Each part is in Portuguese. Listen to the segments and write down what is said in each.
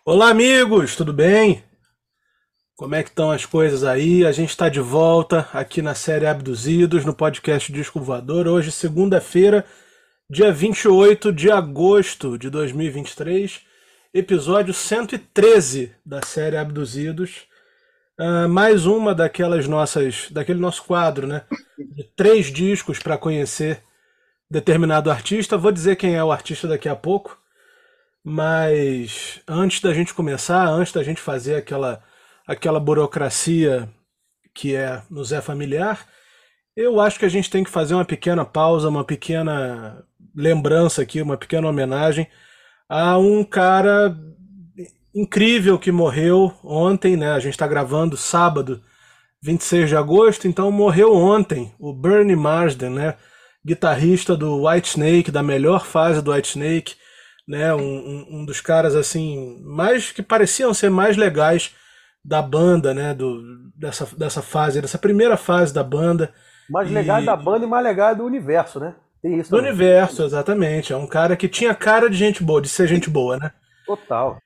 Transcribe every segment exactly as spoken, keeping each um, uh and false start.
Olá, amigos, tudo bem? Como é que estão as coisas aí? A gente está de volta aqui na série Abduzidos, no podcast Disco Voador. Hoje, segunda-feira, dia vinte e oito de agosto de dois mil e vinte e três, episódio cento e treze da série Abduzidos. Ah, mais uma daquelas nossas, daquele nosso quadro, né? De três discos para conhecer determinado artista. Vou dizer quem é o artista daqui a pouco. Mas antes da gente começar, antes da gente fazer aquela, aquela burocracia que é nos é familiar, eu acho que a gente tem que fazer uma pequena pausa, uma pequena lembrança aqui, uma pequena homenagem a um cara incrível que morreu ontem, né? A gente está gravando sábado, vinte e seis de agosto, então morreu ontem o Bernie Marsden, né? Guitarrista do Whitesnake, da melhor fase do Whitesnake, né? Um, um, um dos caras assim mais que pareciam ser mais legais da banda, né? Do, dessa, dessa fase, dessa primeira fase da banda Mais legais da e banda e mais legais do universo, né? Tem isso do também. universo, exatamente. É um cara que tinha cara de gente boa, de ser gente boa, né? Total.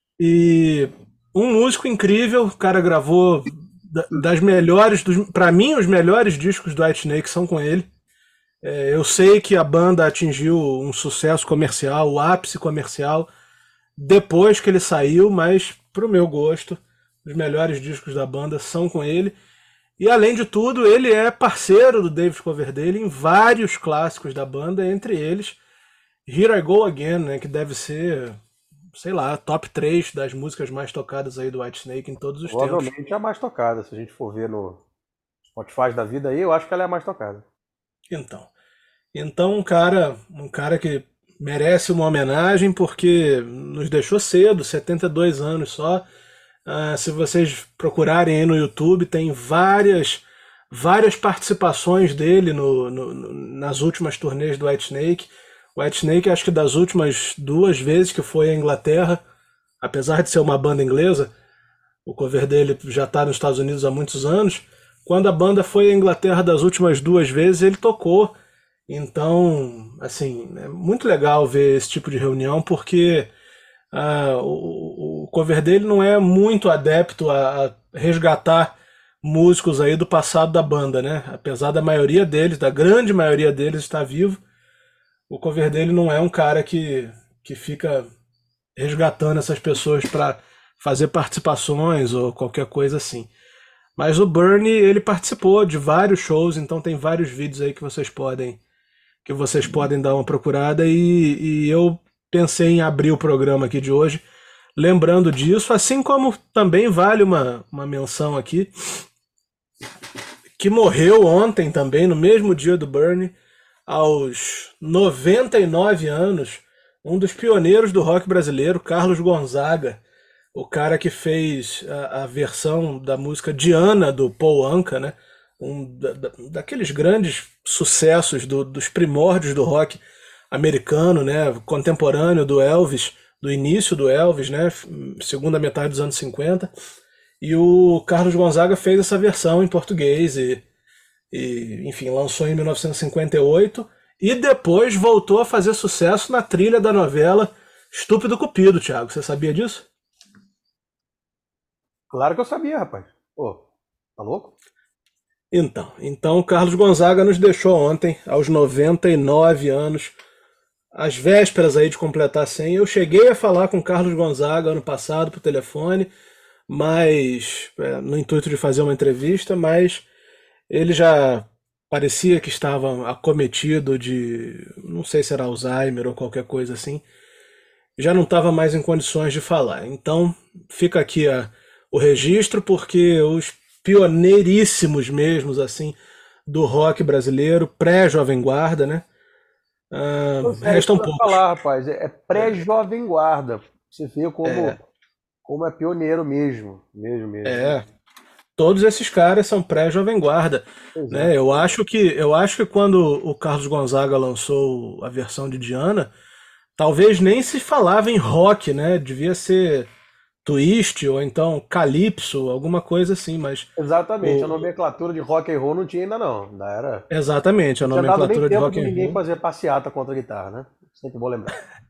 E um músico incrível, o cara gravou da- das melhores, para mim os melhores discos do Whitesnake são com ele. É, eu sei que a banda atingiu um sucesso comercial, o ápice comercial, depois que ele saiu, mas pro meu gosto, os melhores discos da banda são com ele. E além de tudo, ele é parceiro do David Coverdale em vários clássicos da banda, entre eles Here I Go Again, né, que deve ser, sei lá, top três das músicas mais tocadas aí do Whitesnake em todos os tempos. Provavelmente é a mais tocada. Se a gente for ver no Spotify da vida aí, eu acho que ela é a mais tocada. Então, então um cara, um cara que merece uma homenagem porque nos deixou cedo, setenta e dois anos só. Ah, se vocês procurarem aí no YouTube, tem várias várias participações dele no, no- no- nas últimas turnês do Whitesnake. O Whitesnake, acho que das últimas duas vezes que foi à Inglaterra, apesar de ser uma banda inglesa, o cover dele já está nos Estados Unidos há muitos anos. Quando a banda foi à Inglaterra das últimas duas vezes, ele tocou. Então, assim, é muito legal ver esse tipo de reunião, porque ah, o, o cover dele não é muito adepto a, a resgatar músicos aí do passado da banda, né? Apesar da maioria deles, da grande maioria deles estar vivo, o cover dele não é um cara que, que fica resgatando essas pessoas para fazer participações ou qualquer coisa assim. Mas o Bernie, ele participou de vários shows, então tem vários vídeos aí que vocês podem que vocês podem dar uma procurada e, e eu pensei em abrir o programa aqui de hoje lembrando disso, assim como também vale uma, uma menção aqui que morreu ontem também, no mesmo dia do Bernie, aos noventa e nove anos, um dos pioneiros do rock brasileiro, Carlos Gonzaga, o cara que fez a, a versão da música Diana do Paul Anka, né? Um da- da- daqueles grandes sucessos do- dos primórdios do rock americano, né? Contemporâneo do Elvis, do início do Elvis, né? Segunda metade dos anos cinquenta. E o Carlos Gonzaga fez essa versão em português e, e, enfim, lançou em mil novecentos e cinquenta e oito e depois voltou a fazer sucesso na trilha da novela Estúpido Cupido, Thiago. Você sabia disso? Claro que eu sabia, rapaz. Pô, tá louco? Então, então o Carlos Gonzaga nos deixou ontem, aos noventa e nove anos, às vésperas aí de completar cem. Eu cheguei a falar com o Carlos Gonzaga ano passado por telefone, mas é, no intuito de fazer uma entrevista, mas ele já parecia que estava acometido de, não sei se era Alzheimer ou qualquer coisa assim, já não estava mais em condições de falar. Então, fica aqui a, o registro, porque os pioneiríssimos mesmos, assim, do rock brasileiro, pré-Jovem Guarda, né? Ah, Pois é, isso que restam eu ia poucos. falar, rapaz. É é pré-jovem guarda. Você vê como, É, como é pioneiro mesmo. Mesmo, mesmo. é, todos esses caras são pré-Jovem Guarda, Pois é. né? Eu acho que eu acho que quando o Carlos Gonzaga lançou a versão de Diana, talvez nem se falava em rock, né? Devia ser twist ou então calypso, alguma coisa assim, mas Exatamente. A o, nomenclatura de rock and roll não tinha ainda não. Ainda era. exatamente a Não tinha dado nem nomenclatura de tempo rock de and ninguém roll. fazer passeata contra a guitarra, né? Sempre bom lembrar.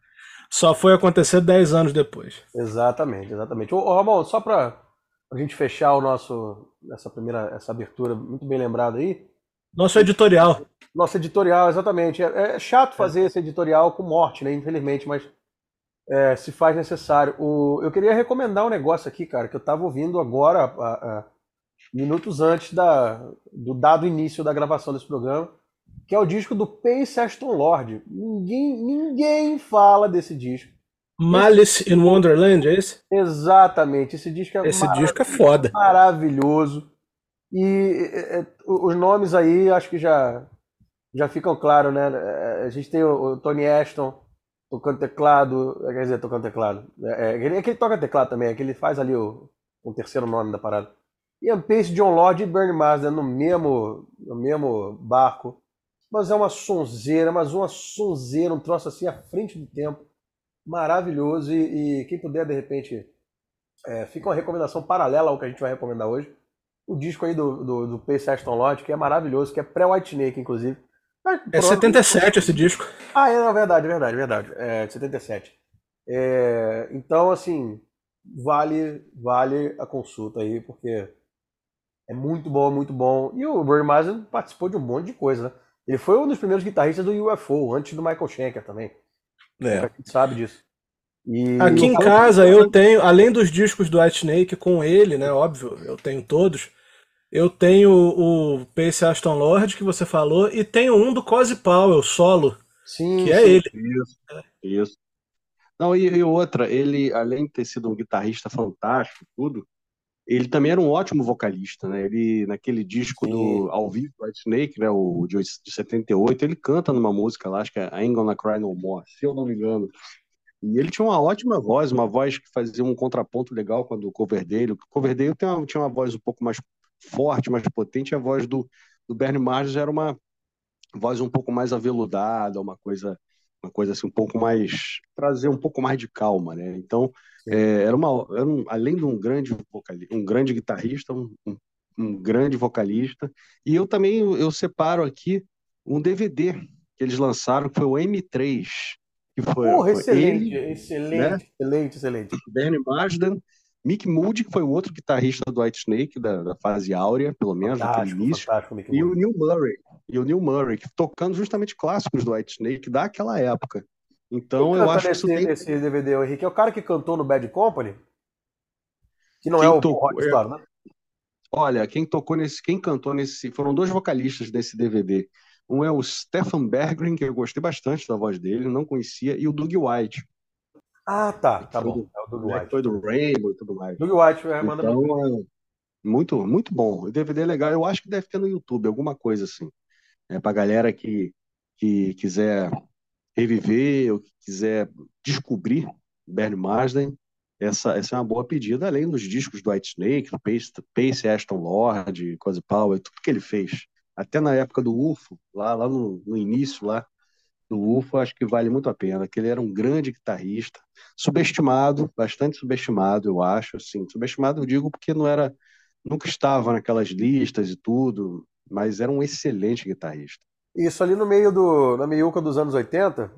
Só foi acontecer dez anos depois. Exatamente, exatamente. Ô, ô, Ramon, só para a gente fechar o nosso, essa primeira, essa abertura muito bem lembrada aí, Nosso editorial. nosso editorial, exatamente. É, é chato É. fazer esse editorial com morte, né? Infelizmente, mas é, se faz necessário. O, eu queria recomendar um negócio aqui, cara, que eu estava ouvindo agora, a- a- minutos antes da, do dado início da gravação desse programa, que é o disco do Pace Ashton Lord. Ninguém, ninguém fala desse disco. Esse, Malice in Wonderland, é esse? exatamente, esse disco é Esse mara- disco é foda. maravilhoso. E é, é, os nomes aí acho que já, já ficam claros, né? É, a gente tem o, o Tony Ashton tocando teclado, quer dizer, tocando teclado. É, é, é que ele toca teclado também, é que ele faz ali o, o terceiro nome da parada. Ian Pace, John Lord e Bernie Marsden no mesmo, no mesmo barco. Mas é uma sonzeira, mas uma sonzeira, um troço assim à frente do tempo. Maravilhoso. E, e quem puder, de repente, é, fica uma recomendação paralela ao que a gente vai recomendar hoje. O disco aí do, do, do Pace Ashton Lodge, que é maravilhoso, que é pré-White Snake, inclusive. Mas, É provavelmente- setenta e sete esse disco. Ah, é, é verdade, verdade, verdade. É de setenta e sete. É, então, assim, vale, vale a consulta aí, porque é muito bom, muito bom. E o Bernie Marsden participou de um monte de coisa, né? Ele foi um dos primeiros guitarristas do U F O, antes do Michael Schenker também. Pouca É. gente sabe disso. Aqui E em Falando casa nisso, eu né? tenho, além dos discos do White Snake com ele, né? Óbvio, eu tenho todos. Eu tenho o Pace Ashton Lord, que você falou, e tenho um do Cozy Powell, solo, sim, que é sim. ele. Isso, isso. Não, e, e outra, ele, além de ter sido um guitarrista fantástico, tudo, ele também era um ótimo vocalista, né? Ele, naquele disco Sim. do ao vivo, White Snake, né? O de, de setenta e oito, ele canta numa música lá, acho que é I Ain't Gonna Cry No More, se eu não me engano. E ele tinha uma ótima voz, uma voz que fazia um contraponto legal quando o cover dele. O cover dele tinha uma, tinha uma voz um pouco mais forte, mais potente, e a voz do, do Bernie Marsden já era uma voz um pouco mais aveludada, uma coisa, uma coisa assim, um pouco mais, trazer um pouco mais de calma, né? Então, Sim. é, era uma, era um, além de um grande vocalista, um grande guitarrista, um, um, um grande vocalista, e eu também, eu separo aqui um D V D que eles lançaram, que foi o M três, que foi, Porra, foi excelente, ele, né? excelente, excelente, excelente. Bernie Marsden, Mick Moody, que foi o outro guitarrista do Whitesnake, da, da fase áurea, pelo menos, daquele Fantástico, início, fantástico, Mickey e o Moody. Neil Murray, e o Neil Murray, que tocando justamente clássicos do Whitesnake daquela época. Quem Então, eu canta acho que isso nesse, tem. nesse D V D, o Henrique? É o cara que cantou no Bad Company? Que não é Quem o Paul tocou. Hodges, é, claro, né? Olha, quem tocou nesse. Quem cantou nesse. Foram dois vocalistas desse D V D. Um é o Stefan Berggren, que eu gostei bastante da voz dele, não conhecia, e o Doug White, Ah, tá, que tá foi bom. do, É o Doug né, que White. foi do Rainbow e tudo mais. Doug White, é, manda muito Então, bem. é muito, muito bom. O D V D é legal. Eu acho que deve ter no YouTube, alguma coisa assim. É pra galera que, que quiser reviver ou que quiser descobrir Bernie Marsden, essa, essa é uma boa pedida, além dos discos do Whitesnake, do Pace, Pace Ashton Lord, Cozy Powell, tudo que ele fez. Até na época do U F O, lá, lá no, no início lá do U F O, acho que vale muito a pena, que ele era um grande guitarrista, subestimado, bastante subestimado, eu acho, assim, subestimado eu digo porque não era, nunca estava naquelas listas e tudo, mas era um excelente guitarrista. Isso ali no meio do, na meiuca dos anos oitenta,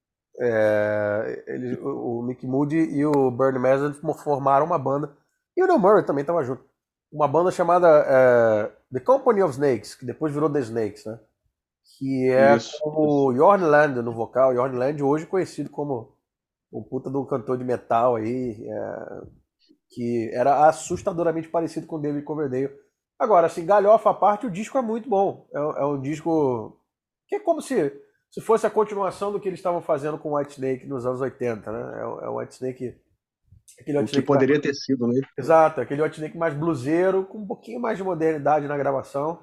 é, ele, o, o Mick Moody e o Bernie Marsden formaram uma banda. E o Neil Murray também estava junto. Uma banda chamada é, The Company of Snakes, que depois virou The Snakes, né? Que é Isso, com isso. o Jorn Land no vocal. Jorn Land hoje conhecido como um puta de um cantor de metal aí, é, que era assustadoramente parecido com o David Coverdale. Agora, assim, galhofa à parte, o disco é muito bom. É, é um disco que é como se, se fosse a continuação do que eles estavam fazendo com o Whitesnake nos anos oitenta, né? É, o- é o Whitesnake, aquele O que Whitesnake mais, poderia ter sido, né? exato, aquele Whitesnake mais bluseiro, com um pouquinho mais de modernidade na gravação.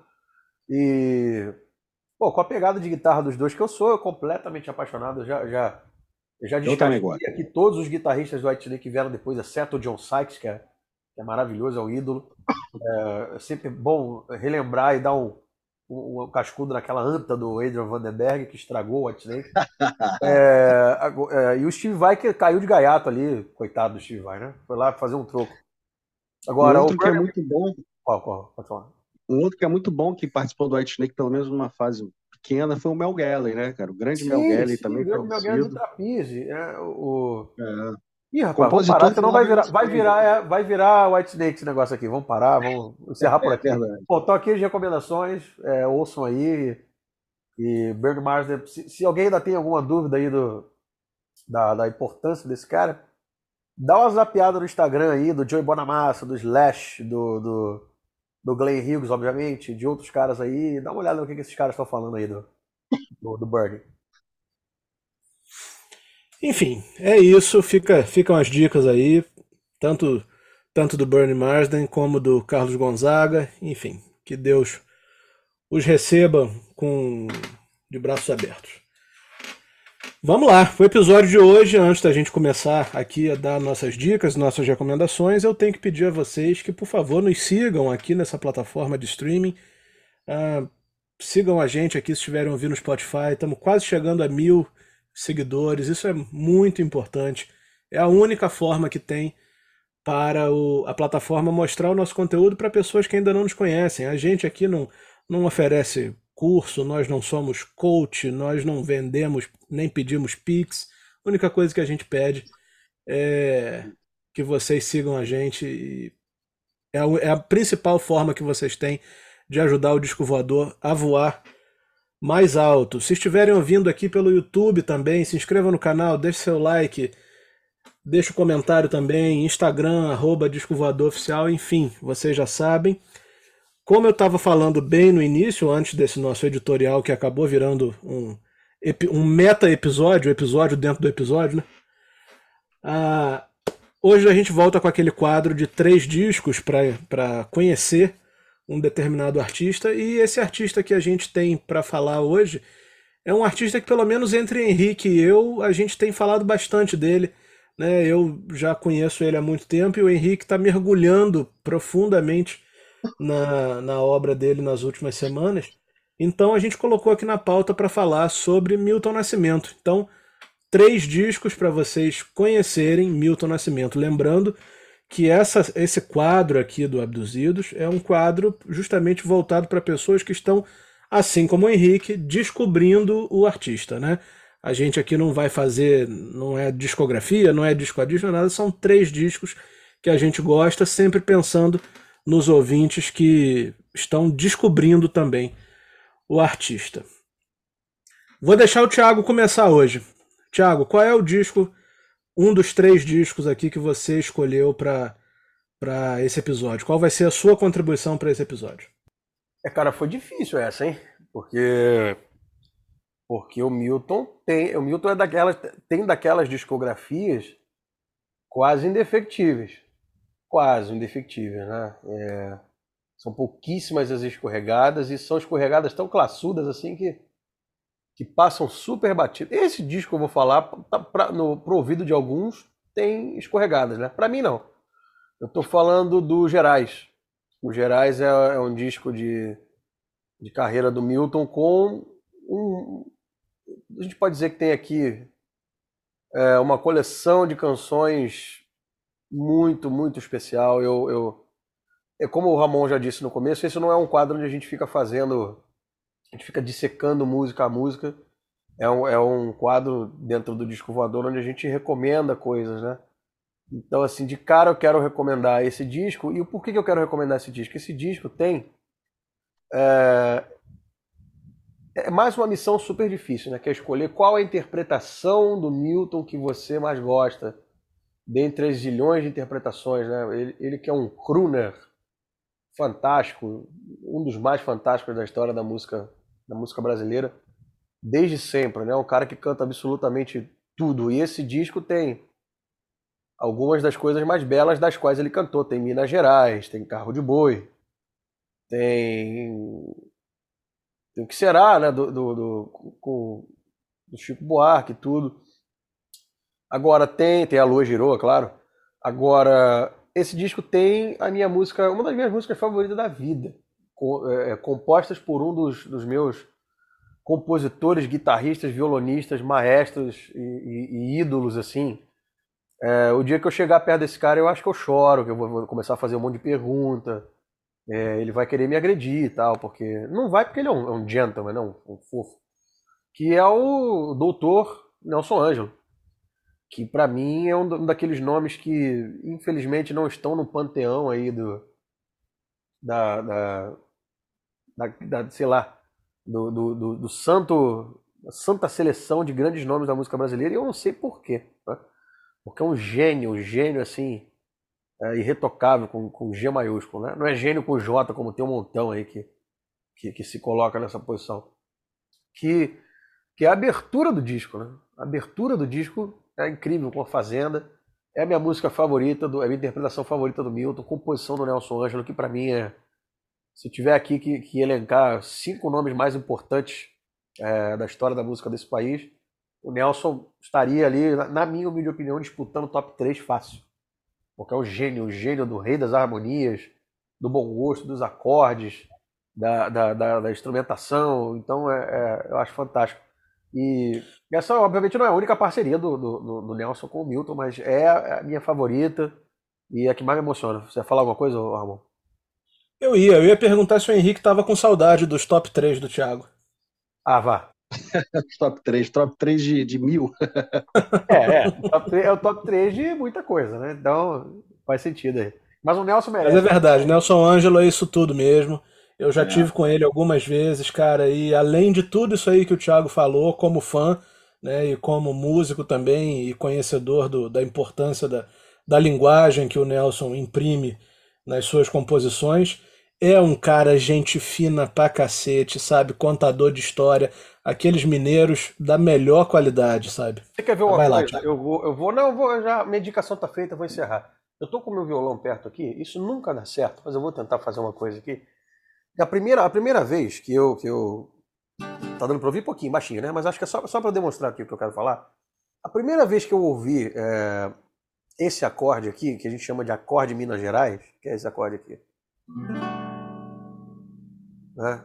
E, pô, com a pegada de guitarra dos dois, que eu sou completamente apaixonado, eu já, já, eu já Eu também descasquei gosto. aqui todos os guitarristas do Whitesnake que vieram depois, exceto o John Sykes, que é, que é maravilhoso, é um ídolo. É sempre bom relembrar e dar um, um, um cascudo naquela anta do Adrian Vandenberg, que estragou o Whitesnake. É, ago- é, e o Steve Vai que caiu de gaiato ali, coitado do Steve Vai, né? Foi lá fazer um troco. Um Agora, o outro que é Bernie. muito bom, Qual, qual? Pode falar. um outro que é muito bom que participou do White Snake, pelo menos numa fase pequena foi o Mel Galley, né, cara? O grande Mel Sim, Galley sim, também o Mel Galley de falecido. Trapize. É, o... É. Ih, rapaz, vamos parar, Compositor de senão vai nove virar, anos vai Spring. virar, é, vai virar White Snake esse negócio aqui. Vamos parar, vamos encerrar por É aqui. verdade. Pô, tô aqui as recomendações, é, ouçam aí. E Bernie Marsden, se, se alguém ainda tem alguma dúvida aí do, da, da importância desse cara, dá uma zapeada no Instagram aí do Joey Bonamassa, do Slash, do, do, do Glenn Hughes, obviamente, de outros caras aí. Dá uma olhada no que, que esses caras estão falando aí do, do, do Bernie. Enfim, é isso. Fica, ficam as dicas aí, tanto, tanto do Bernie Marsden como do Carlos Gonzaga. Enfim, que Deus os receba com de braços abertos. Vamos lá, o episódio de hoje, antes da gente começar aqui a dar nossas dicas, nossas recomendações, eu tenho que pedir a vocês que, por favor, nos sigam aqui nessa plataforma de streaming. Uh, sigam a gente aqui se estiverem ouvindo no Spotify. Estamos quase chegando a mil seguidores. Isso é muito importante. É a única forma que tem para o, a plataforma mostrar o nosso conteúdo para pessoas que ainda não nos conhecem. A gente aqui não, não oferece curso, nós não somos coach, nós não vendemos nem pedimos Pix. A única coisa que a gente pede é que vocês sigam a gente. E é a, é a principal forma que vocês têm de ajudar o Disco Voador a voar mais alto. Se estiverem ouvindo aqui pelo YouTube também, se inscrevam no canal, deixe seu like, deixe o um comentário também, Instagram, arroba Disco Voador Oficial, enfim, vocês já sabem. Como eu estava falando bem no início, antes desse nosso editorial que acabou virando um, um meta-episódio, episódio dentro do episódio, né? Ah, hoje a gente volta com aquele quadro de três discos para conhecer um determinado artista, e esse artista que a gente tem para falar hoje é um artista que, pelo menos entre Henrique e eu, a gente tem falado bastante dele, né? Eu já conheço ele há muito tempo e o Henrique está mergulhando profundamente na, na obra dele nas últimas semanas. Então a gente colocou aqui na pauta para falar sobre Milton Nascimento. Então, três discos para vocês conhecerem Milton Nascimento. Lembrando que essa, esse quadro aqui do Abduzidos é um quadro justamente voltado para pessoas que estão, assim como o Henrique, descobrindo o artista, né? A gente aqui não vai fazer, não é discografia, não é disco a disco, nada, são três discos que a gente gosta, sempre pensando nos ouvintes que estão descobrindo também o artista. Vou deixar o Thiago começar hoje. Thiago, qual é o disco, um dos três discos aqui que você escolheu para para esse episódio? Qual vai ser a sua contribuição para esse episódio? É, cara, foi difícil essa, hein? Porque porque o Milton tem, o Milton é daquelas, tem daquelas discografias quase indefectíveis, quase indefectíveis, né? É, são pouquíssimas as escorregadas e são escorregadas tão classudas assim que que passam super batido. Esse disco que eu vou falar, tá pra, no, pro ouvido de alguns, tem escorregadas, né? Pra mim, não. Eu tô falando do Gerais. O Gerais é, é um disco de, de carreira do Milton com um... A gente pode dizer que tem aqui é, uma coleção de canções muito, muito especial. Eu, eu, é como o Ramon já disse no começo, esse não é um quadro onde a gente fica fazendo... A gente fica dissecando música a música. É um, é um quadro dentro do Disco Voador onde a gente recomenda coisas, né? Então, assim, de cara eu quero recomendar esse disco. E o porquê que eu quero recomendar esse disco? Esse disco tem... É, é mais uma missão super difícil, né? Que é escolher qual a interpretação do Milton que você mais gosta. Dentre as zilhões de interpretações, né? Ele, ele que é um crooner fantástico, um dos mais fantásticos da história da música, da música brasileira, desde sempre, né? Um cara que canta absolutamente tudo. E esse disco tem algumas das coisas mais belas das quais ele cantou. Tem Minas Gerais, tem Carro de Boi, tem, tem o que será, né? Do, do, do, com, do Chico Buarque e tudo. Agora tem, tem a Lua Girou, claro. Agora, esse disco tem a minha música, uma das minhas músicas favoritas da vida, é, compostas por um dos, dos meus compositores, guitarristas, violonistas, maestros e, e, e ídolos, assim. É, o dia que eu chegar perto desse cara, eu acho que eu choro, que eu vou, vou começar a fazer um monte de pergunta. É, ele vai querer me agredir e tal, porque. Não vai porque ele é um, é um gentleman, não, um fofo. Que é o doutor Nelson Ângelo, que pra mim é um da- um daqueles nomes que infelizmente não estão no panteão aí do, da, da, da, da- sei lá, do, do, do, do santo, da santa seleção de grandes nomes da música brasileira, e eu não sei por quê, tá? Porque é um gênio, um gênio assim, é, irretocável, com, com G maiúsculo, né? Não é gênio com J, como tem um montão aí que, que, que se coloca nessa posição. Que, que é a abertura do disco, né? A abertura do disco é incrível com a Fazenda. É a minha música favorita, do, é a minha interpretação favorita do Milton, composição do Nelson Ângelo, que pra mim é. Se eu tiver aqui que, que elencar cinco nomes mais importantes é, da história da música desse país, o Nelson estaria ali, na na minha humilde opinião, disputando o top três fácil. Porque é o gênio, o gênio do rei das harmonias, do bom gosto, dos acordes, da, da, da- da instrumentação. Então é, é- eu acho fantástico. E essa, obviamente, não é a única parceria do, do, do- do Nelson com o Milton, mas é a minha favorita e a que mais me emociona. Você vai falar alguma coisa, Ramon? Eu ia, eu ia perguntar se o Henrique tava com saudade dos top três do Thiago. Ah, vá. Top três, top três de, de mil. É, é. O top três é o top três de muita coisa, né? Então faz sentido aí. Mas o Nelson Mas é merece. verdade, Nelson Ângelo é isso tudo mesmo. Eu já É. tive com ele algumas vezes, cara, e além de tudo isso aí que o Thiago falou, como fã, né, e como músico também, e conhecedor do- da importância da, da linguagem que o Nelson imprime nas suas composições, é um cara gente fina pra cacete, sabe? Contador de história, aqueles mineiros da melhor qualidade, sabe? Você quer ver Mas uma vai lá, coisa? Thiago. Eu vou, eu vou, não, eu vou, já, minha indicação tá feita, eu vou encerrar. Eu tô com o meu violão perto aqui, isso nunca dá certo, mas eu vou tentar fazer uma coisa aqui. A primeira, a primeira vez que eu, que eu, tá dando pra ouvir pouquinho, baixinho, né? Mas acho que é só, só pra demonstrar aqui o que eu quero falar. A primeira vez que eu ouvi é, esse acorde aqui, que a gente chama de acorde Minas Gerais, que é esse acorde aqui, né?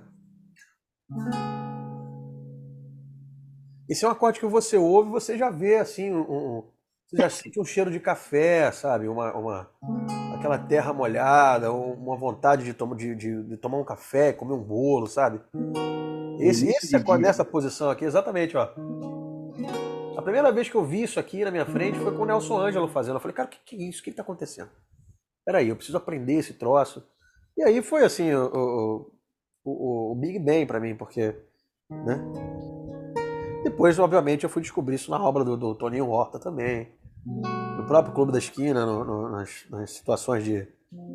Esse é um acorde que você ouve, você já vê assim, um, um- um, você já sente um cheiro de café, sabe? Uma, uma, aquela terra molhada, um- uma vontade de, tom, de, de, de tomar um café, comer um bolo, sabe? Esse, Início esse de acorde dia. nessa posição aqui, exatamente, ó. A primeira vez que eu vi isso aqui na minha frente foi com o Nelson Ângelo fazendo. Eu falei, cara, o que, que é isso? O que, que tá acontecendo? Peraí, eu preciso aprender esse troço. E aí foi assim, o, o, o, o Big Bang pra mim, porque, né? Depois, obviamente, eu fui descobrir isso na obra do, do Toninho Horta também, no próprio Clube da Esquina, no- no- nas, nas situações de,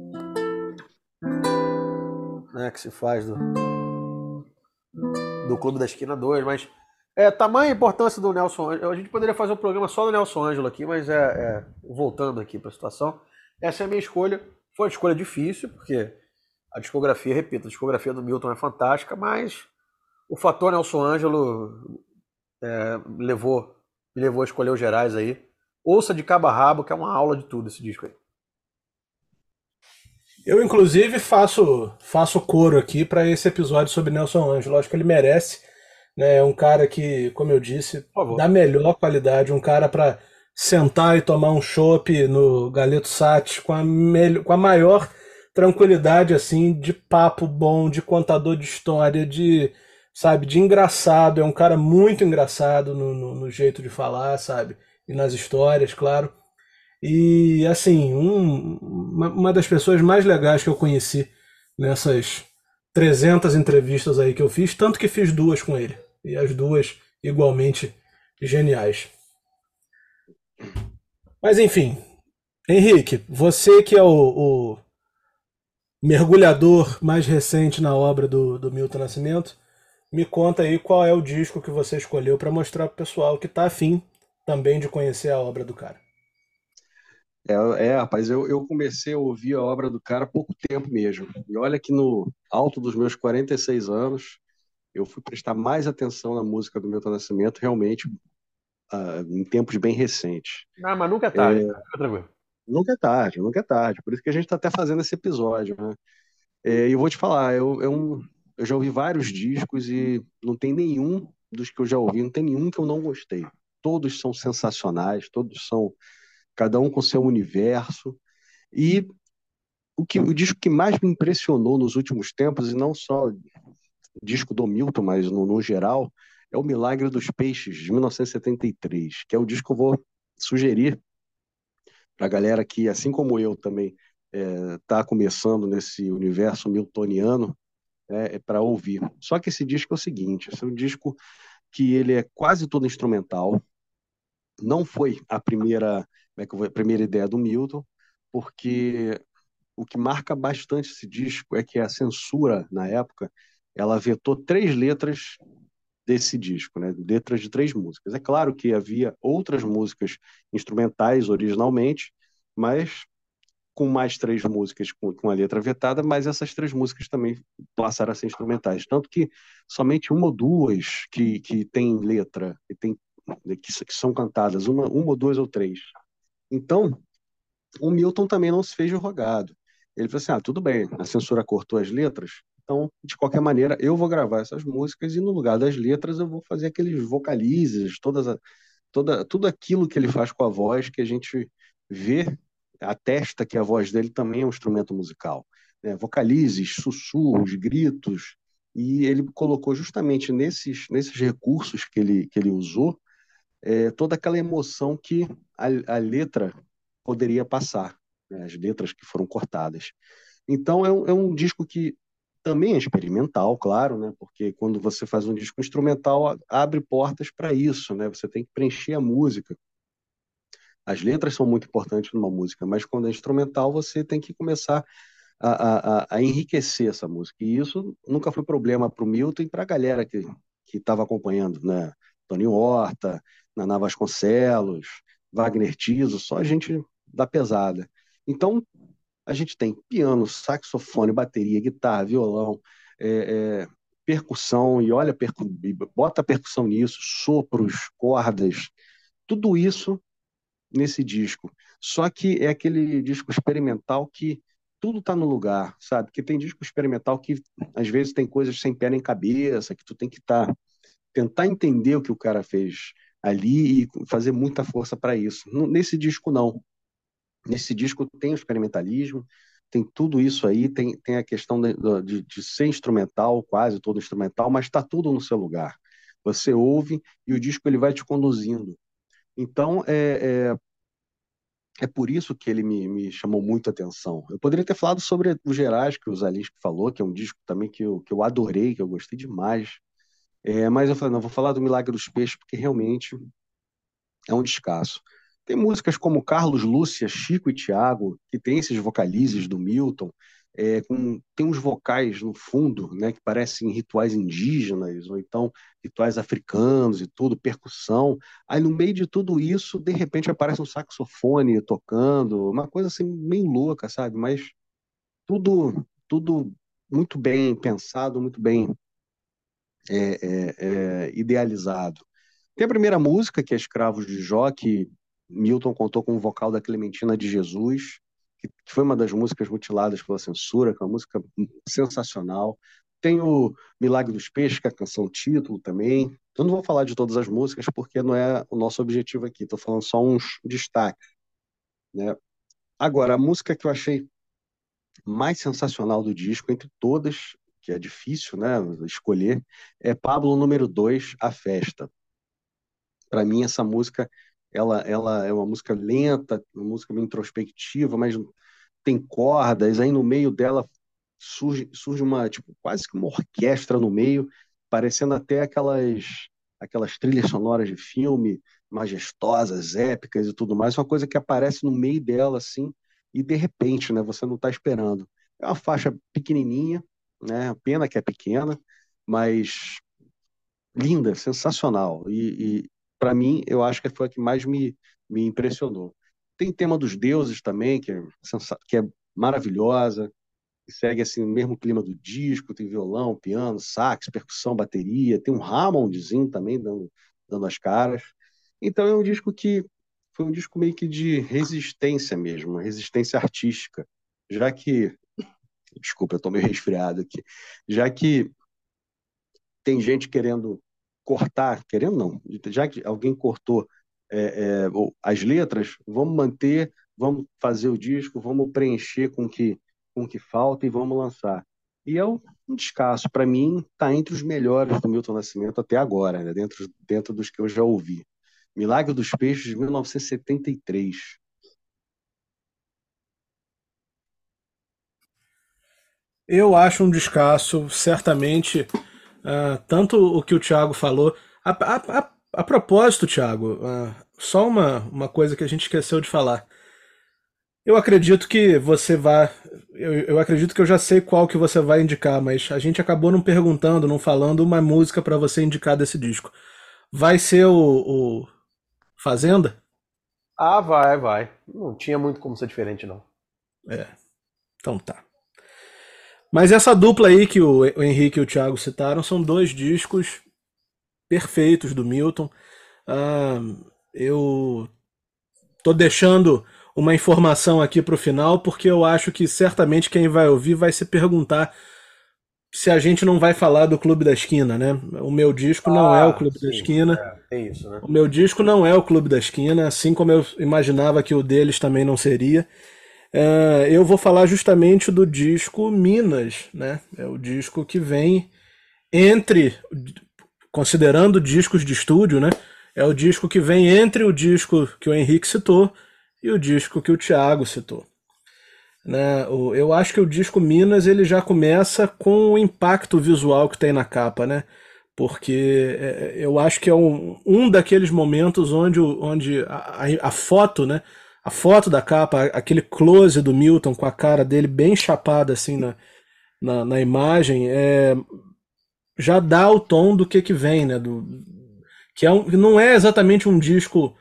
né, que se faz do, do Clube da Esquina dois, mas é, tamanha a importância do Nelson Ângelo. A gente poderia fazer um programa só do Nelson Ângelo aqui, mas é, é, voltando aqui para a situação, essa é a minha escolha. Foi uma escolha difícil, porque a discografia, repito, a discografia do Milton é fantástica, mas o fator Nelson Ângelo é, me levou, me levou a escolher os gerais aí. Ouça de cabo a rabo, que é uma aula de tudo esse disco aí. Eu, inclusive, faço, faço coro aqui para esse episódio sobre Nelson Ângelo. Acho que ele merece, né? É um cara que, como eu disse, Por da favor. melhor qualidade. Um cara para sentar e tomar um chopp no Galeto Sat com a, melhor, com a maior tranquilidade, assim, de papo bom, de contador de história, de, sabe, de engraçado. É um cara muito engraçado no, no, no jeito de falar, sabe? E nas histórias, claro. E assim, um- uma, uma das pessoas mais legais que eu conheci nessas trezentas entrevistas aí que eu fiz, tanto que fiz duas com ele, e as duas igualmente geniais. Mas enfim, Henrique, você que é o, o mergulhador mais recente na obra do, do Milton Nascimento, me conta aí qual é o disco que você escolheu para mostrar pro pessoal que tá afim também de conhecer a obra do cara. É, é, rapaz, eu, eu comecei a ouvir a obra do cara há pouco tempo mesmo. E olha que no alto dos meus quarenta e seis anos, eu fui prestar mais atenção na música do Milton Nascimento, realmente, ah, em tempos bem recentes. Ah, mas nunca é tarde, cara. Fica tranquilo. Nunca é tarde, nunca é tarde. Por isso que a gente está até fazendo esse episódio, né? É, e eu vou te falar, eu, eu, eu já ouvi vários discos e não tem nenhum dos que eu já ouvi, não tem nenhum que eu não gostei. Todos são sensacionais, todos são, cada um com seu universo. E o, que, o disco que mais me impressionou nos últimos tempos, e não só o disco do Milton, mas no, no geral, é o Milagre dos Peixes, de mil novecentos e setenta e três, que é o disco que eu vou sugerir para a galera que, assim como eu também, está começando nesse universo miltoniano, é, é para ouvir. Só que esse disco é o seguinte, esse é um disco que ele é quase todo instrumental, não foi a primeira, como é que eu vou, a primeira ideia do Milton, porque o que marca bastante esse disco é que a censura, na época, ela vetou três letras desse disco, né? Letras de três músicas. É claro que havia outras músicas instrumentais originalmente, mas com mais três músicas com, com a letra vetada, mas essas três músicas também passaram a ser instrumentais. Tanto que somente uma ou duas que, que tem letra, que, tem, que, que são cantadas, uma, uma ou duas ou três. Então, o Milton também não se fez de rogado. Ele falou assim: ah, tudo bem, a censura cortou as letras, então, de qualquer maneira, eu vou gravar essas músicas e no lugar das letras eu vou fazer aqueles vocalizes, todas a, toda, tudo aquilo que ele faz com a voz, que a gente vê, atesta que a voz dele também é um instrumento musical. Né? Vocalizes, sussurros, gritos, e ele colocou justamente nesses, nesses recursos que ele, que ele usou, é, toda aquela emoção que a, a letra poderia passar, né? As letras que foram cortadas. Então é um, é um disco que também é experimental, claro, né? Porque quando você faz um disco instrumental, a- abre portas para isso, né? Você tem que preencher a música. As letras são muito importantes numa música, mas quando é instrumental, você tem que começar a, a, a enriquecer essa música. E isso nunca foi problema para o Milton e para a galera que que estava acompanhando, né? Tony Horta, Naná Vasconcelos, Wagner Tiso, só gente da pesada. Então, a gente tem piano, saxofone, bateria, guitarra, violão, é, é, percussão, e olha, percu bota percussão nisso, sopros, cordas, tudo isso nesse disco. Só que é aquele disco experimental que tudo está no lugar, sabe? Porque tem disco experimental que às vezes tem coisas sem pé nem cabeça, que tu tem que tá, tentar entender o que o cara fez ali e fazer muita força para isso. Nesse disco, não. Nesse disco tem o experimentalismo, tem tudo isso aí, tem, tem a questão de, de, de ser instrumental, quase todo instrumental, mas está tudo no seu lugar. Você ouve e o disco ele vai te conduzindo. Então, é, é, é por isso que ele me, me chamou muito a atenção. Eu poderia ter falado sobre o Gerais, que o Zalinski falou, que é um disco também que eu, que eu adorei, que eu gostei demais. É, mas eu falei, não, vou falar do Milagre dos Peixes, porque realmente é um descasso. Tem músicas como Carlos Lúcia, Chico e Tiago, que tem esses vocalizes do Milton, é, com, tem uns vocais no fundo, né, que parecem rituais indígenas, ou então rituais africanos e tudo, percussão. Aí no meio de tudo isso, de repente aparece um saxofone tocando, uma coisa assim meio louca, sabe? Mas tudo, tudo muito bem pensado, muito bem é, é, é, idealizado. Tem a primeira música, que é Escravos de Jó, que Milton contou com o vocal da Clementina de Jesus, que foi uma das músicas mutiladas pela censura, que é uma música sensacional. Tem o Milagre dos Peixes, que é a canção título também. Eu não vou falar de todas as músicas, porque não é o nosso objetivo aqui, estou falando só uns destaques, né? Agora, a música que eu achei mais sensacional do disco, entre todas, que é difícil, né, escolher, é Pablo número dois, A Festa. Para mim, essa música, ela, ela é uma música lenta, uma música bem introspectiva, mas tem cordas, aí no meio dela surge, surge uma, tipo, quase que uma orquestra no meio, parecendo até aquelas, aquelas trilhas sonoras de filme, majestosas, épicas e tudo mais, uma coisa que aparece no meio dela, assim, e de repente, né, você não está esperando. É uma faixa pequenininha, né, pena que é pequena, mas linda, sensacional. E, e para mim, eu acho que foi a que mais me, me impressionou. Tem tema dos deuses também, que é, sensa- que é maravilhosa, que segue assim, o mesmo clima do disco, tem violão, piano, sax, percussão, bateria, tem um Hammondzinho também dando, dando as caras. Então é um disco que foi um disco meio que de resistência mesmo, uma resistência artística, já que, desculpa, eu tô meio resfriado aqui, já que tem gente querendo cortar, querendo não, já que alguém cortou é, é, as letras, vamos manter, vamos fazer o disco, vamos preencher com que com o que falta e vamos lançar. E é um um descasso. Para mim, está entre os melhores do Milton Nascimento até agora, né? Dentro, dentro dos que eu já ouvi. Milagre dos Peixes, de mil novecentos e setenta e três. Eu acho um descasso, certamente, ah, tanto o que o Thiago falou. A, a, a, a propósito, Thiago, ah, só uma, uma coisa que a gente esqueceu de falar. Eu acredito que você vai. Eu, eu acredito que eu já sei qual que você vai indicar, mas a gente acabou não perguntando, não falando uma música pra você indicar desse disco. Vai ser o, o Fazenda? Ah, vai, vai. Não tinha muito como ser diferente, não. É, então tá. Mas essa dupla aí que o, o Henrique e o Thiago citaram são dois discos perfeitos do Milton. Ah, eu tô deixando uma informação aqui pro final, porque eu acho que certamente quem vai ouvir vai se perguntar se a gente não vai falar do Clube da Esquina, né? O meu disco não é o Ah, Clube da sim. Esquina. É, tem isso, né? O meu disco não é o Clube da Esquina, assim como eu imaginava que o deles também não seria. É, eu vou falar justamente do disco Minas, né? É o disco que vem entre, considerando discos de estúdio, né? É o disco que vem entre o disco que o Henrique citou e o disco que o Thiago citou. Né? O- Eu acho que o disco Minas ele já começa com o impacto visual que tem na capa, né? Porque é, eu acho que é um, um daqueles momentos onde, o- onde a, a- a foto, né? A foto da capa, aquele close do Milton com a cara dele bem chapada assim na, na, na imagem, é, já dá o tom do que que vem, né? Do, que é um, não é exatamente um disco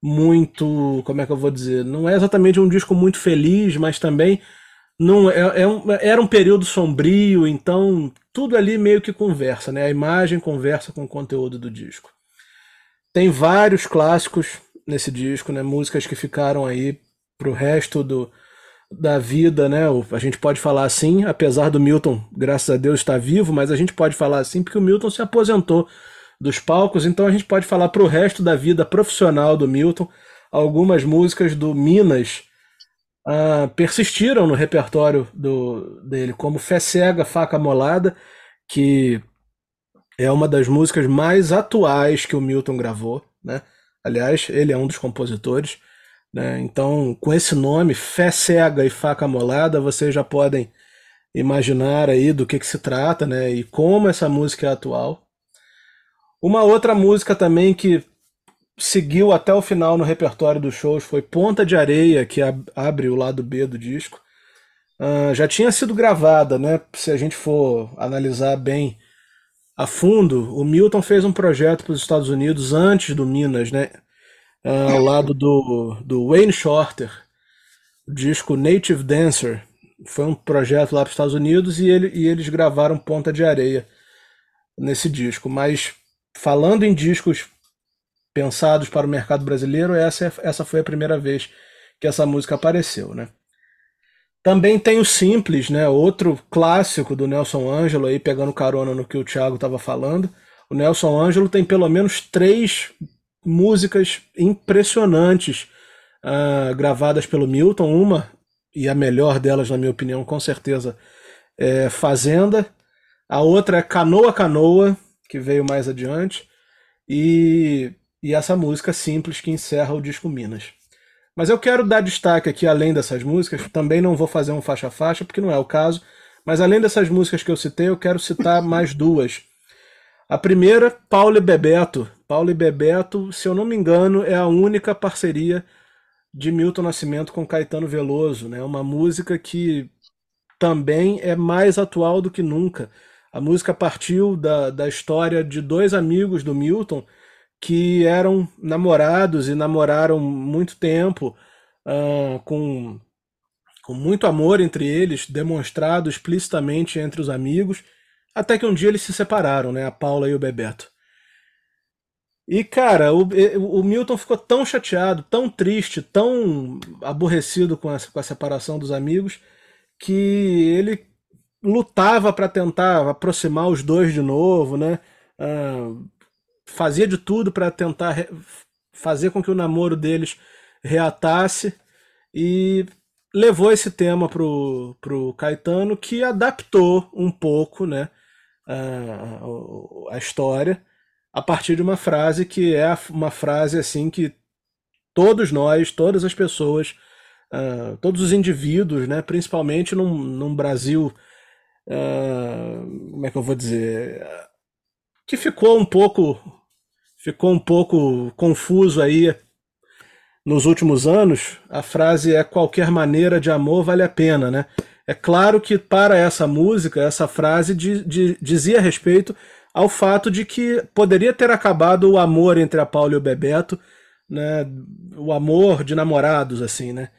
muito, como é que eu vou dizer? Não é exatamente um disco muito feliz, mas também não é, é um, era um período sombrio, então tudo ali meio que conversa, né? A imagem conversa com o conteúdo do disco. Tem vários clássicos nesse disco, né? Músicas que ficaram aí pro resto do, da vida, né? A gente pode falar assim, apesar do Milton, graças a Deus, estar vivo, mas a gente pode falar assim porque o Milton se aposentou dos palcos, então a gente pode falar pro resto da vida profissional do Milton. Algumas músicas do Minas ah, persistiram no repertório do, dele, como Fé Cega, Faca Molada, que é uma das músicas mais atuais que o Milton gravou, né? Aliás, ele é um dos compositores, né? Então, com esse nome, Fé Cega e Faca Molada, vocês já podem imaginar aí do que que se trata, né? E como essa música é atual. Uma outra música também que seguiu até o final no repertório dos shows foi Ponta de Areia, que ab- abre o lado B do disco. Ah, já tinha sido gravada, né? Se a gente for analisar bem a fundo, o Milton fez um projeto para os Estados Unidos antes do Minas, né? Ah, ao lado do, do Wayne Shorter, o disco Native Dancer. Foi um projeto lá para os Estados Unidos e, ele, e eles gravaram Ponta de Areia nesse disco. Mas falando em discos pensados para o mercado brasileiro, essa, é- essa foi a primeira vez que essa música apareceu, né? Também tem o Simples, né? Outro clássico do Nelson Ângelo, aí pegando carona no que o Thiago estava falando. O Nelson Ângelo tem pelo menos três músicas impressionantes ah, gravadas pelo Milton. Uma, e a melhor delas, na minha opinião, com certeza, é Fazenda. A outra é Canoa Canoa, que veio mais adiante. E, e essa música Simples que encerra o disco Minas. Mas eu quero dar destaque aqui, além dessas músicas, também não vou fazer um faixa-faixa, porque não é o caso, mas além dessas músicas que eu citei, eu quero citar mais duas. A primeira, Paulo e Bebeto. Paulo e Bebeto, se eu não me engano, é a única parceria de Milton Nascimento com Caetano Veloso, né? Uma música que também é mais atual do que nunca. A música partiu da, da história de dois amigos do Milton que eram namorados e namoraram muito tempo, ah, com, com muito amor entre eles, demonstrado explicitamente entre os amigos, até que um dia eles se separaram, né? A Paula e o Bebeto. E, cara, o, o Milton ficou tão chateado, tão triste, tão aborrecido com a, com a separação dos amigos, que ele lutava para tentar aproximar os dois de novo, né? Ah, fazia de tudo para tentar fazer com que o namoro deles reatasse e levou esse tema pro, pro Caetano, que adaptou um pouco, né, a, a história a partir de uma frase que é uma frase assim que todos nós, todas as pessoas, uh, todos os indivíduos, né, principalmente num, num Brasil, uh, como é que eu vou dizer, que ficou um pouco, ficou um pouco confuso aí nos últimos anos. A frase é qualquer maneira de amor vale a pena, né? É claro que para essa música, essa frase de, de, dizia respeito ao fato de que poderia ter acabado o amor entre a Paula e o Bebeto, né? O amor de namorados, assim, né?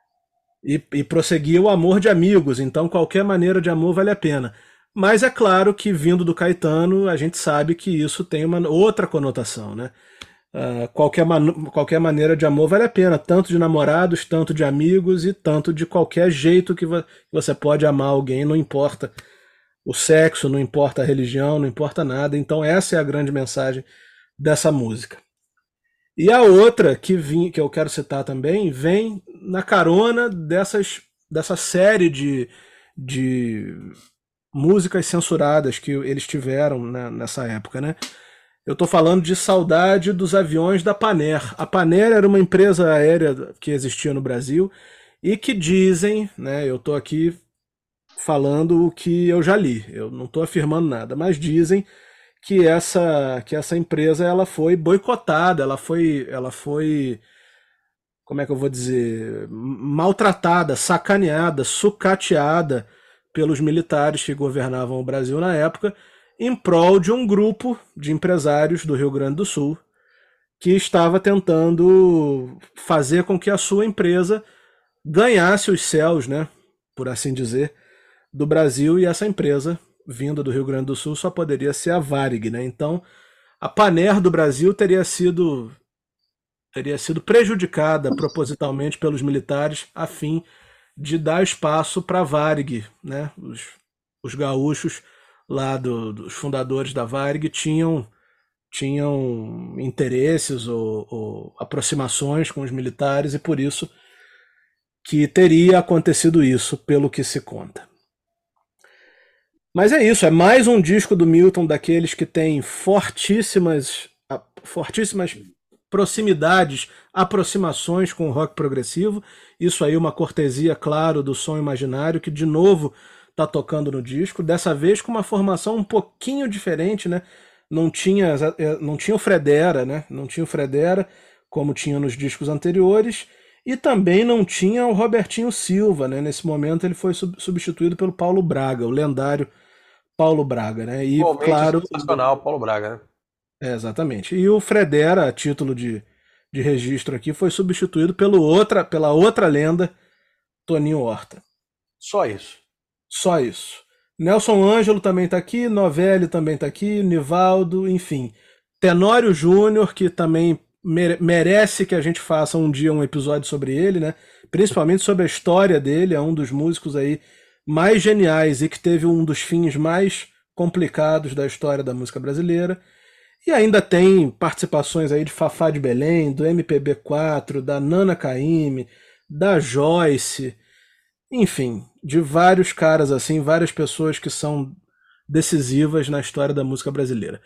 E, e prosseguia o amor de amigos, então qualquer maneira de amor vale a pena. Mas é claro que vindo do Caetano, a gente sabe que isso tem uma outra conotação, né? Uh, qualquer, man qualquer maneira de amor vale a pena, tanto de namorados, tanto de amigos e tanto de qualquer jeito que vo você pode amar alguém, não importa o sexo, não importa a religião, não importa nada. Então essa é a grande mensagem dessa música. E a outra que, vim, que eu quero citar também vem na carona dessas, dessa série de, de músicas censuradas que eles tiveram, né, nessa época, né? Eu estou falando de Saudade dos Aviões da Paner. A Paner era uma empresa aérea que existia no Brasil e que dizem, né, eu estou aqui falando o que eu já li, eu não estou afirmando nada, mas dizem que essa, que essa empresa ela foi boicotada, ela foi, ela foi, como é que eu vou dizer, maltratada, sacaneada, sucateada pelos militares que governavam o Brasil na época, em prol de um grupo de empresários do Rio Grande do Sul que estava tentando fazer com que a sua empresa ganhasse os céus, né, por assim dizer, do Brasil, e essa empresa, vinda do Rio Grande do Sul, só poderia ser a Varig, né? Então, a Paner do Brasil teria sido teria sido prejudicada propositalmente pelos militares a fim de dar espaço para a Varig, né? Os, os gaúchos lá do, dos fundadores da Varig tinham tinham interesses ou, ou aproximações com os militares e por isso que teria acontecido isso, pelo que se conta. Mas é isso, é mais um disco do Milton daqueles que tem fortíssimas, fortíssimas proximidades, aproximações com o rock progressivo. Isso aí uma cortesia, claro, do Som Imaginário, que de novo está tocando no disco, dessa vez com uma formação um pouquinho diferente, né? Não tinha, não tinha o Fredera, né? Não tinha o Fredera, como tinha nos discos anteriores, e também não tinha o Robertinho Silva, né? Nesse momento ele foi substituído pelo Paulo Braga, o lendário Paulo Braga, né? E Igualmente claro, sensacional, Paulo Braga, né? É, exatamente. E o Fredera, a título de, de registro aqui, foi substituído pelo outra, pela outra lenda, Toninho Horta. Só isso. Só isso. Nelson Ângelo também está aqui, Novelli também está aqui, Nivaldo, enfim. Tenório Júnior, que também merece que a gente faça um dia um episódio sobre ele, né? Principalmente sobre a história dele, é um dos músicos aí mais geniais e que teve um dos fins mais complicados da história da música brasileira. E ainda tem participações aí de Fafá de Belém, do M P B quatro, da Nana Caymmi, da Joyce, enfim, de vários caras assim, várias pessoas que são decisivas na história da música brasileira.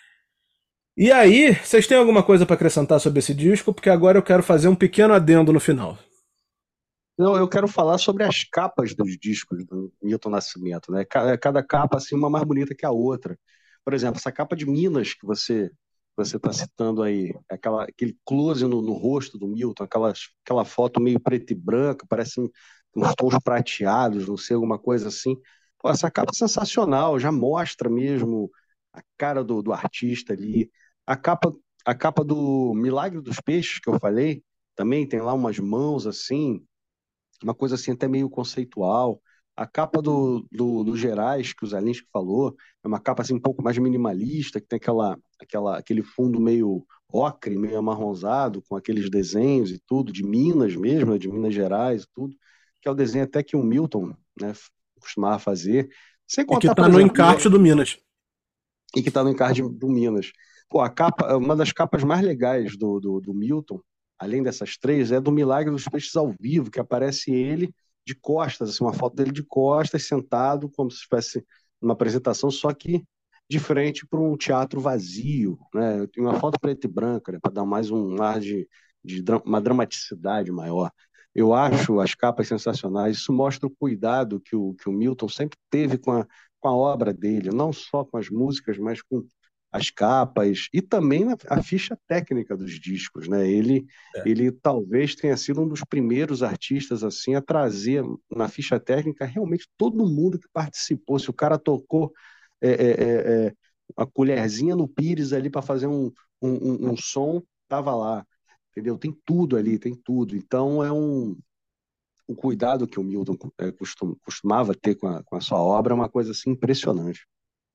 E aí, vocês têm alguma coisa para acrescentar sobre esse disco? Porque agora eu quero fazer um pequeno adendo no final. Não, eu quero falar sobre as capas dos discos do Milton Nascimento, né? Cada capa assim uma mais bonita que a outra. Por exemplo, essa capa de Minas que você você está citando aí, aquela, aquele close no, no rosto do Milton, aquela, aquela foto meio preto e branco, parece um, uns tons prateados, não sei, alguma coisa assim. Pô, essa capa é sensacional, já mostra mesmo a cara do, do artista ali. A capa, a capa do Milagre dos Peixes, que eu falei, também tem lá umas mãos assim, uma coisa assim até meio conceitual. A capa do, do, do Gerais, que o Zalinski falou, é uma capa assim um pouco mais minimalista, que tem aquela, aquela, aquele fundo meio ocre, meio amarronzado, com aqueles desenhos e tudo, de Minas mesmo, né, de Minas Gerais e tudo, que é o desenho até que o Milton, né, costumava fazer. Sem contar, e que está por no exemplo, encarte do Minas. E que está no encarte do Minas. Pô, a capa, uma das capas mais legais do, do, do Milton, além dessas três, é do Milagre dos Peixes ao vivo, que aparece ele de costas, assim, uma foto dele de costas, sentado, como se estivesse numa apresentação, só que de frente para um teatro vazio, né? Tem uma foto preta e branca, né? Para dar mais um ar de, de dra uma dramaticidade maior. Eu acho as capas sensacionais, isso mostra o cuidado que o, que o Milton sempre teve com a, com a obra dele, não só com as músicas, mas com as capas e também a, a ficha técnica dos discos, né? Ele, É. ele talvez tenha sido um dos primeiros artistas assim a trazer na ficha técnica realmente todo mundo que participou. Se o cara tocou é, é, é, a colherzinha no pires ali para fazer um, um, um, um som, tava lá, entendeu? Tem tudo ali, tem tudo. Então é um o cuidado que o Milton é, costum, costumava ter com a, com a sua obra é uma coisa assim impressionante.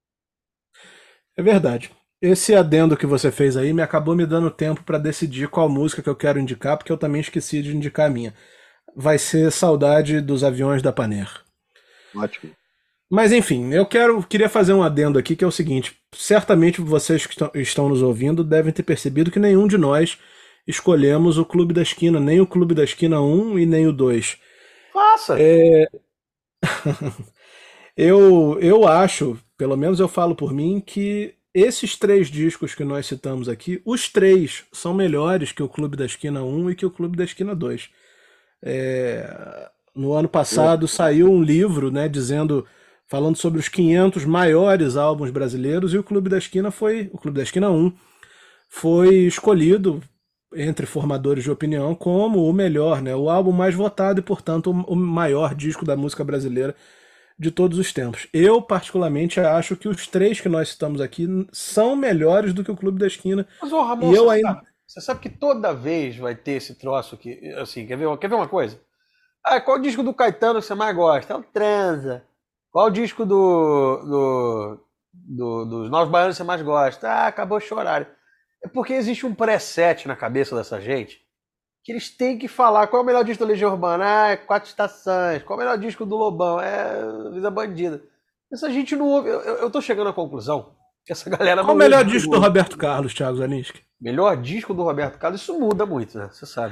É verdade. Esse adendo que você fez aí me acabou me dando tempo para decidir qual música que eu quero indicar, porque eu também esqueci de indicar a minha. Vai ser Saudade dos Aviões da Paner. Ótimo. Mas enfim, eu quero, queria fazer um adendo aqui que é o seguinte: certamente vocês que estão, estão nos ouvindo devem ter percebido que nenhum de nós escolhemos o Clube da Esquina, nem o Clube da Esquina um e nem o dois. Faça! É... eu, eu acho, pelo menos eu falo por mim, que esses três discos que nós citamos aqui, os três são melhores que o Clube da Esquina um e que o Clube da Esquina dois. É... No ano passado saiu um livro, né, dizendo, falando sobre os quinhentos maiores álbuns brasileiros, e o Clube da Esquina foi, o Clube da Esquina um foi escolhido entre formadores de opinião como o melhor, né, o álbum mais votado e, portanto, o maior disco da música brasileira de todos os tempos. Eu, particularmente, acho que os três que nós citamos aqui são melhores do que o Clube da Esquina. Mas, ô Ramon, e eu você, ainda... sabe, você sabe que toda vez vai ter esse troço aqui, assim, quer ver, quer ver uma coisa? Ah, qual o disco do Caetano que você mais gosta? É o Transa. Qual o disco do, do, do, dos Novos Baianos que você mais gosta? Ah, Acabou Chorar. É porque existe um preset na cabeça dessa gente que eles têm que falar qual é o melhor disco da Legião Urbana. Ah, é Quatro Estações. Qual é o melhor disco do Lobão? É Vida Bandida. Essa gente não ouve. Eu, eu tô chegando à conclusão que essa galera Qual não o melhor ouve disco muito. do Roberto Carlos, Thiago Zanischi? Melhor disco do Roberto Carlos, isso muda muito, né? Você sabe.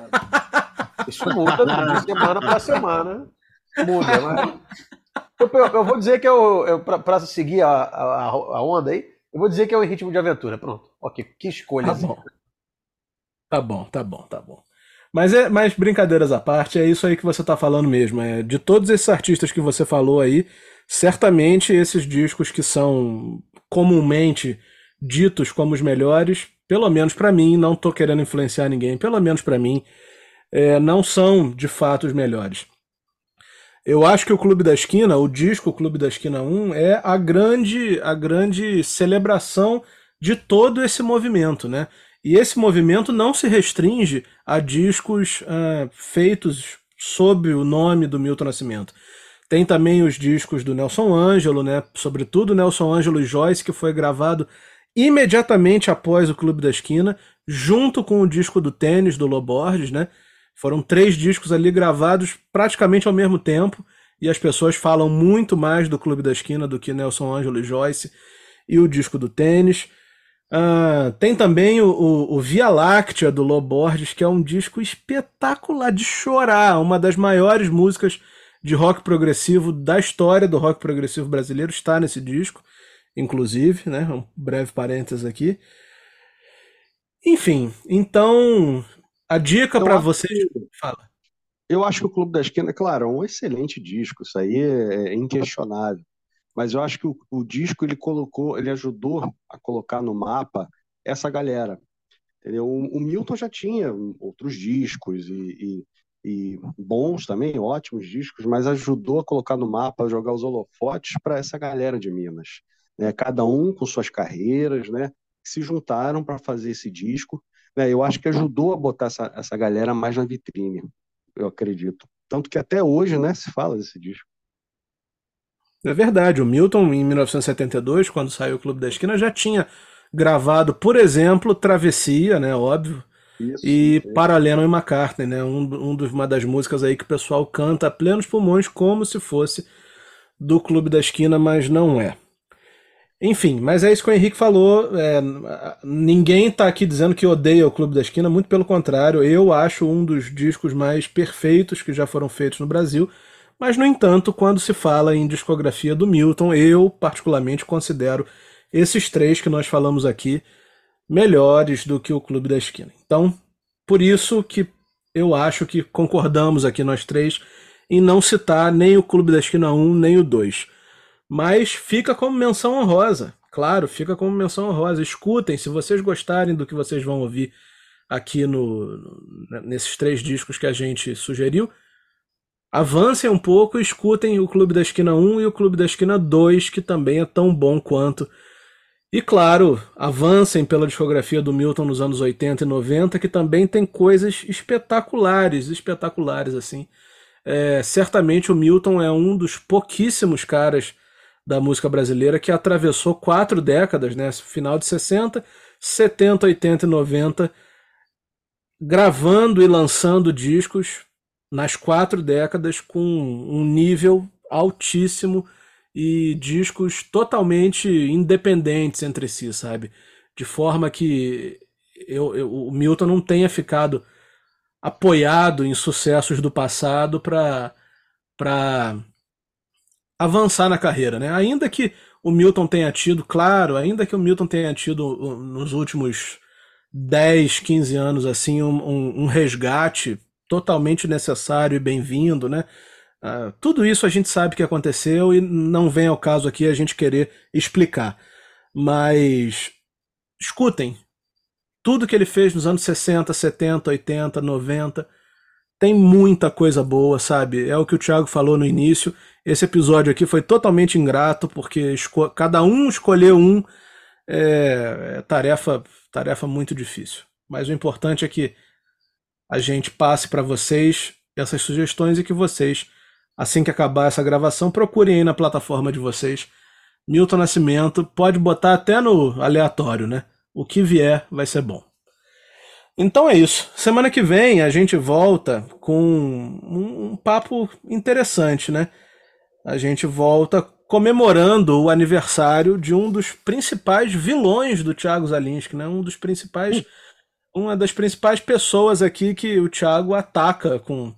Isso muda de semana para semana. Muda, mas. Eu, eu- eu vou dizer que eu, eu para seguir a, a, a onda aí, eu vou dizer que é o Em Ritmo de Aventura. Pronto. Ok, que escolha. Tá bom. Tá bom, tá bom, tá bom. Mas, é, mas brincadeiras à parte, é isso aí que você tá falando mesmo. É, de todos esses artistas que você falou aí, certamente esses discos que são comumente ditos como os melhores, pelo menos pra mim, não tô querendo influenciar ninguém, pelo menos pra mim, é, não são de fato os melhores. Eu acho que o Clube da Esquina, o disco Clube da Esquina um, é a grande, a grande celebração de todo esse movimento, né? E esse movimento não se restringe a discos ah, feitos sob o nome do Milton Nascimento. Tem também os discos do Nelson Ângelo, né? Sobretudo Nelson Ângelo e Joyce, que foi gravado imediatamente após o Clube da Esquina, junto com o disco do Tênis, do Lô Borges, né? Foram três discos ali gravados praticamente ao mesmo tempo, e as pessoas falam muito mais do Clube da Esquina do que Nelson Ângelo e Joyce e o disco do Tênis. Ah, tem também o, o, o Via Láctea do Lô Borges, que é um disco espetacular de chorar, uma das maiores músicas de rock progressivo da história do rock progressivo brasileiro está nesse disco, inclusive, né? Um breve parênteses aqui. Enfim, então a dica Eu para acho vocês. que, Fala. eu acho que o Clube da Esquina, claro, é um excelente disco, isso aí é, é inquestionável. Mas eu acho que o, o disco ele colocou, ele ajudou a colocar no mapa essa galera, entendeu? O, o Milton já tinha outros discos e, e, e bons também, ótimos discos, mas ajudou a colocar no mapa, jogar os holofotes para essa galera de Minas, né? Cada um com suas carreiras, né? Que se juntaram para fazer esse disco, né? Eu acho que ajudou a botar essa, essa galera mais na vitrine, eu acredito. Tanto que até hoje, né, se fala desse disco. É verdade, o Milton, em mil novecentos e setenta e dois, quando saiu o Clube da Esquina, já tinha gravado, por exemplo, Travessia, né, óbvio, Isso, e isso aí. Para Lennon e McCartney, né, um, um dos, uma das músicas aí que o pessoal canta a plenos pulmões como se fosse do Clube da Esquina, mas não é. Enfim, mas é isso que o Henrique falou. É, ninguém tá aqui dizendo que odeia o Clube da Esquina, muito pelo contrário. Eu acho um dos discos mais perfeitos que já foram feitos no Brasil. Mas, no entanto, quando se fala em discografia do Milton, eu particularmente considero esses três que nós falamos aqui melhores do que o Clube da Esquina. Então, por isso que eu acho que concordamos aqui nós três em não citar nem o Clube da Esquina um nem o dois. Mas fica como menção honrosa. Claro, fica como menção honrosa. Escutem, se vocês gostarem do que vocês vão ouvir aqui no, no- nesses três discos que a gente sugeriu, avancem um pouco e escutem o Clube da Esquina um e o Clube da Esquina dois, que também é tão bom quanto. E claro, avancem pela discografia do Milton nos anos oitenta e noventa, que também tem coisas espetaculares, espetaculares assim. É, certamente o Milton é um dos pouquíssimos caras da música brasileira que atravessou quatro décadas, né? Final de sessenta, setenta, oitenta e noventa, gravando e lançando discos nas quatro décadas com um nível altíssimo e discos totalmente independentes entre si, sabe? De forma que eu, eu- o Milton não tenha ficado apoiado em sucessos do passado para para avançar na carreira, né? Ainda que o Milton tenha tido, claro, ainda que o Milton tenha tido uh, nos últimos dez, quinze anos assim um, um- um resgate totalmente necessário e bem-vindo, né? Ah, tudo isso a gente sabe que aconteceu e não vem ao caso aqui a gente querer explicar. Mas escutem, tudo que ele fez nos anos sessenta, setenta, oitenta, noventa tem muita coisa boa, sabe? É o que o Thiago falou no início. Esse episódio aqui foi totalmente ingrato, porque esco- cada um escolheu um, é, é tarefa, tarefa muito difícil. Mas o importante é que a gente passe para vocês essas sugestões e que vocês, assim que acabar essa gravação, procurem aí na plataforma de vocês. Milton Nascimento, pode botar até no aleatório, né? O que vier vai ser bom. Então é isso. Semana que vem a gente volta com um, um papo interessante, né? A gente volta comemorando o aniversário de um dos principais vilões do Thiago Zalinski, né? Um dos principais, uma das principais pessoas aqui que o Thiago ataca com,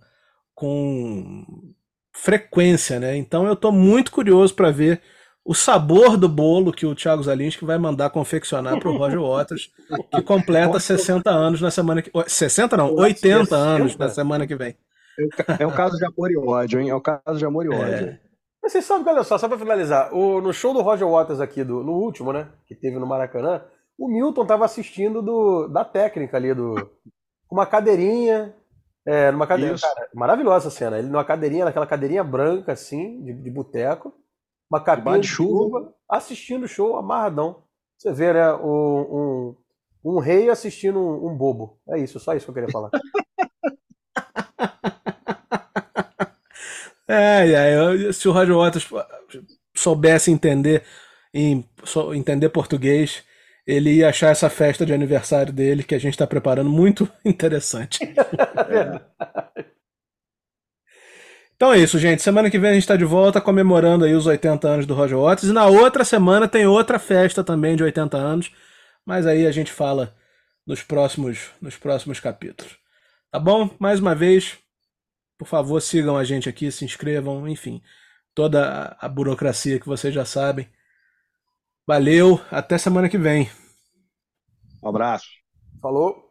com frequência, né? Então eu estou muito curioso para ver o sabor do bolo que o Thiago Zalinski vai mandar confeccionar para o Roger Waters, que completa sessenta anos na semana que... sessenta não, oitenta anos na semana que vem. É um ca- é um caso de amor e ódio, hein? É um caso de amor e ódio. É, Mas vocês sabem que, olha só, só pra finalizar, o- no show do Roger Waters aqui, do, no último, né, que teve no Maracanã, o Milton tava assistindo do, da técnica ali, do, com uma cadeirinha, é, numa cadeira, Isso. cara, maravilhosa essa cena, ele numa cadeirinha, naquela cadeirinha branca, assim, de, de boteco, uma Debaixo capinha de de chuva. chuva, assistindo o show amarradão. Você vê, né, o- um, um rei assistindo um, um bobo. É isso, só isso que eu queria falar. é, é, eu- se o Roger Waters soubesse entender, em, só- entender português, ele ia achar essa festa de aniversário dele, que a gente está preparando, muito interessante. Então é isso, gente. Semana que vem a gente está de volta comemorando aí os oitenta anos do Roger Waters. E na outra semana tem outra festa também de oitenta anos. Mas aí a gente fala nos próximos, nos próximos capítulos. Tá bom? Mais uma vez, por favor, sigam a gente aqui, se inscrevam, enfim. Toda a, a burocracia que vocês já sabem. Valeu, até semana que vem. Um abraço. Falou.